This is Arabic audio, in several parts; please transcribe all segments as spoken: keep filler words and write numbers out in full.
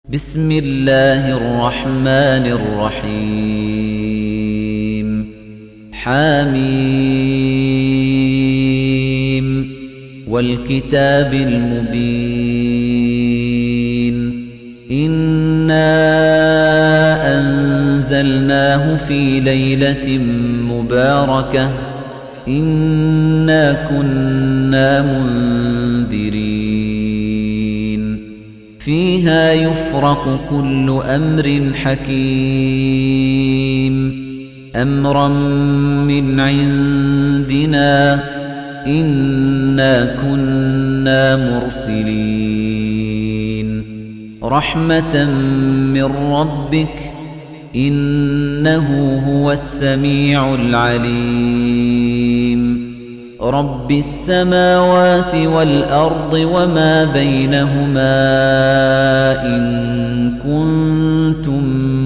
بسم الله الرحمن الرحيم حميم والكتاب المبين إنا أنزلناه في ليلة مباركة إنا كنا منذرين فيها يفرق كل أمر حكيم أمرا من عندنا إنا كنا مرسلين رحمة من ربك إنه هو السميع العليم رب السماوات والأرض وما بينهما إن كنتم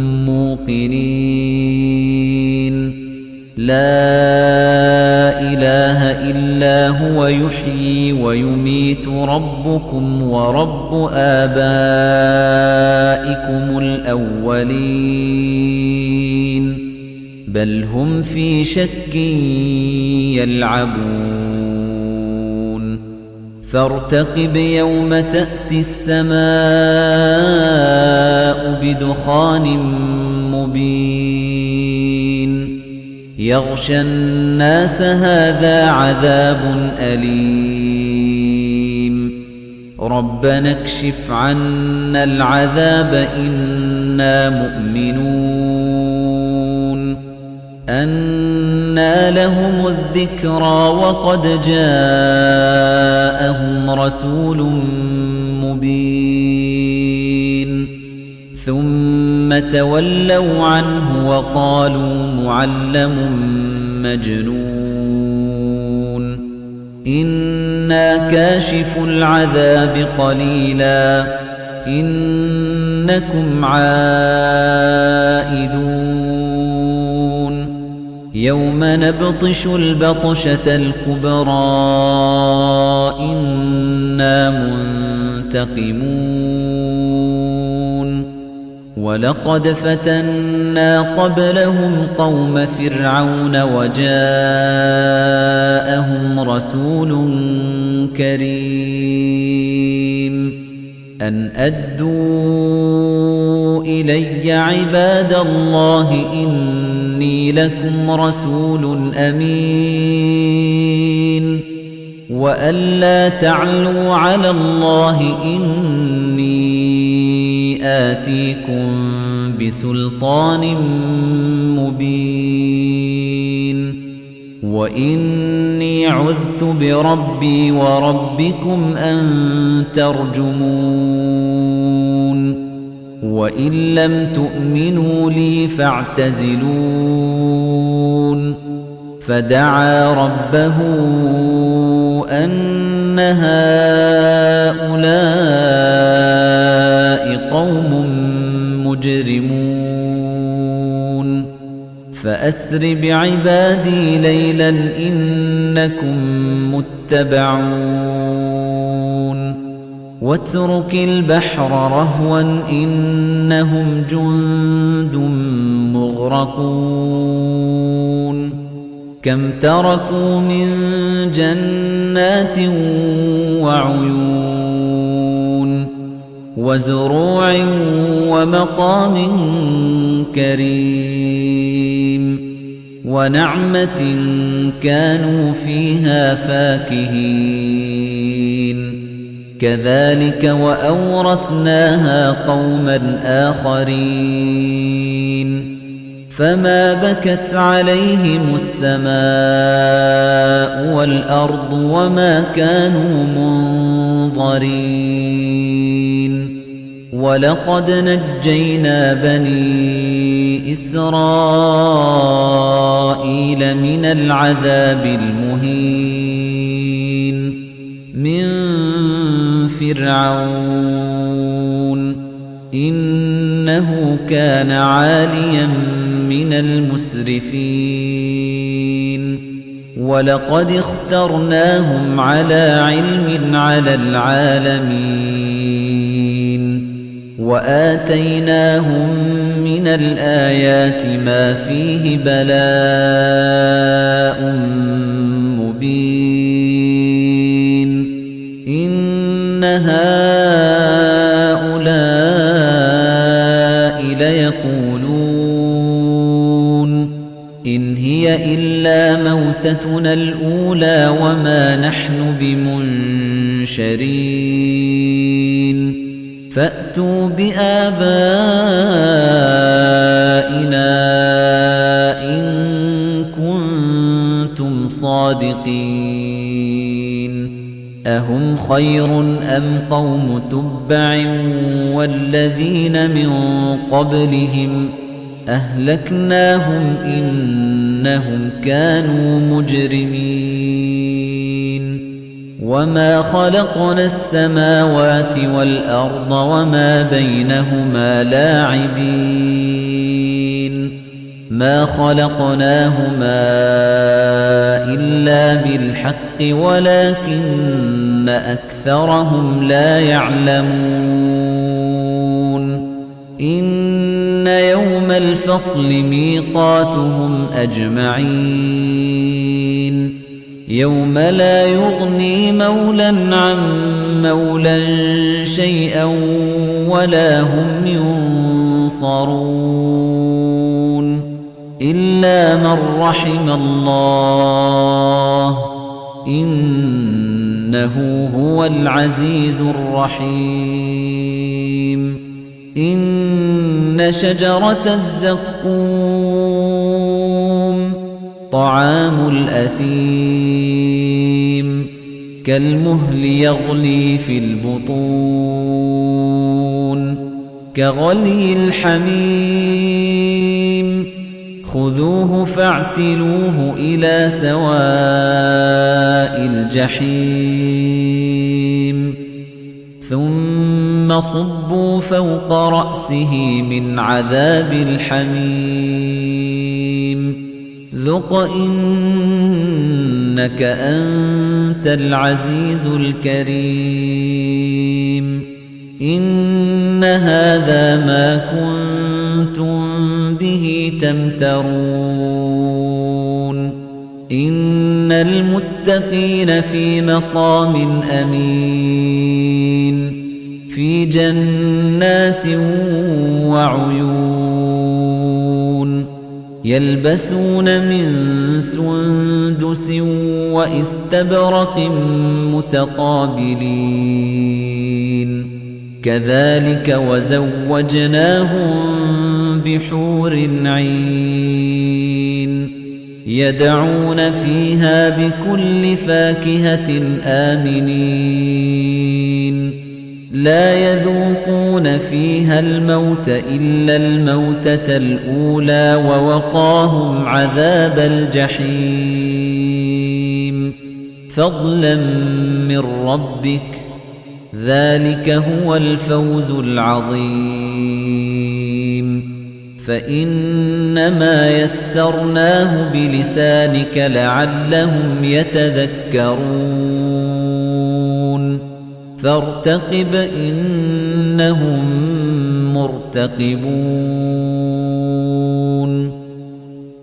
موقنين لا إله إلا هو يحيي ويميت ربكم ورب آبائكم الأولين بل هم في شك يلعبون فارتقب يوم تأتي السماء بدخان مبين يغشى الناس هذا عذاب أليم ربنا اكشف عنا العذاب إنا مؤمنون أنى لهم الذكرى وقد جاءهم رسول مبين ثم تولوا عنه وقالوا معلم مجنون إنا كاشف العذاب قليلا إنكم عائدون يوم نبطش البطشة الكبرى إنا منتقمون ولقد فتنا قبلهم قوم فرعون وجاءهم رسول كريم أن أدوا إلي عباد الله إني لكم رسول أمين وأن لا تعلوا على الله إني آتيكم بسلطان مبين وإني عذت بربي وربكم أن ترجمون وإن لم تؤمنوا لي فاعتزلون فدعا ربه أن هؤلاء قوم مجرمون فأسر بعبادي ليلا إنكم متبعون واترك البحر رهوا إنهم جند مغرقون كم تركوا من جنات وعيون وزروع ومقام كريم ونعمة كانوا فيها فاكهين كذلك وأورثناها قوما آخرين فما بكت عليهم السماء والأرض وما كانوا منظرين ولقد نجينا بني إسرائيل من العذاب المهين من فرعون إنه كان عاليا من المسرفين ولقد اخترناهم على علم على العالمين وآتيناهم من الآيات ما فيه بلاء مبين إن هؤلاء ليقولون إن هي إلا موتتنا الأولى وما نحن بمنشرين فأتوا بآبائنا إن كنتم صادقين أهم خير أم قوم تبع والذين من قبلهم أهلكناهم إنهم كانوا مجرمين وما خلقنا السماوات والأرض وما بينهما لاعبين ما خلقناهما إلا بالحق ولكن أكثرهم لا يعلمون إن يوم الفصل ميقاتهم أجمعين يوم لا يغني مولا عن مولا شيئا ولا هم ينصرون إلا من رحم الله إنه هو العزيز الرحيم إن شجرة الزقوم طعام الأثيم كالمهل يغلي في البطون كغلي الحميم خذوه فاعتلوه إلى سواء الجحيم ثم صبوا فوق رأسه من عذاب الحميم ذق إنك أنت العزيز الكريم إن هذا ما كنتم به تمترون إن المتقين في مقام أمين في جنات وعيون يلبسون من سندس وإستبرق متقابلين كذلك وزوجناهم بحور عين يدعون فيها بكل فاكهة آمنين لا يذوقون فيها الموت إلا الموتة الأولى ووقاهم عذاب الجحيم فضلا من ربك ذلك هو الفوز العظيم فإنما يسرناه بلسانك لعلهم يتذكرون فارتقب إنهم مرتقبون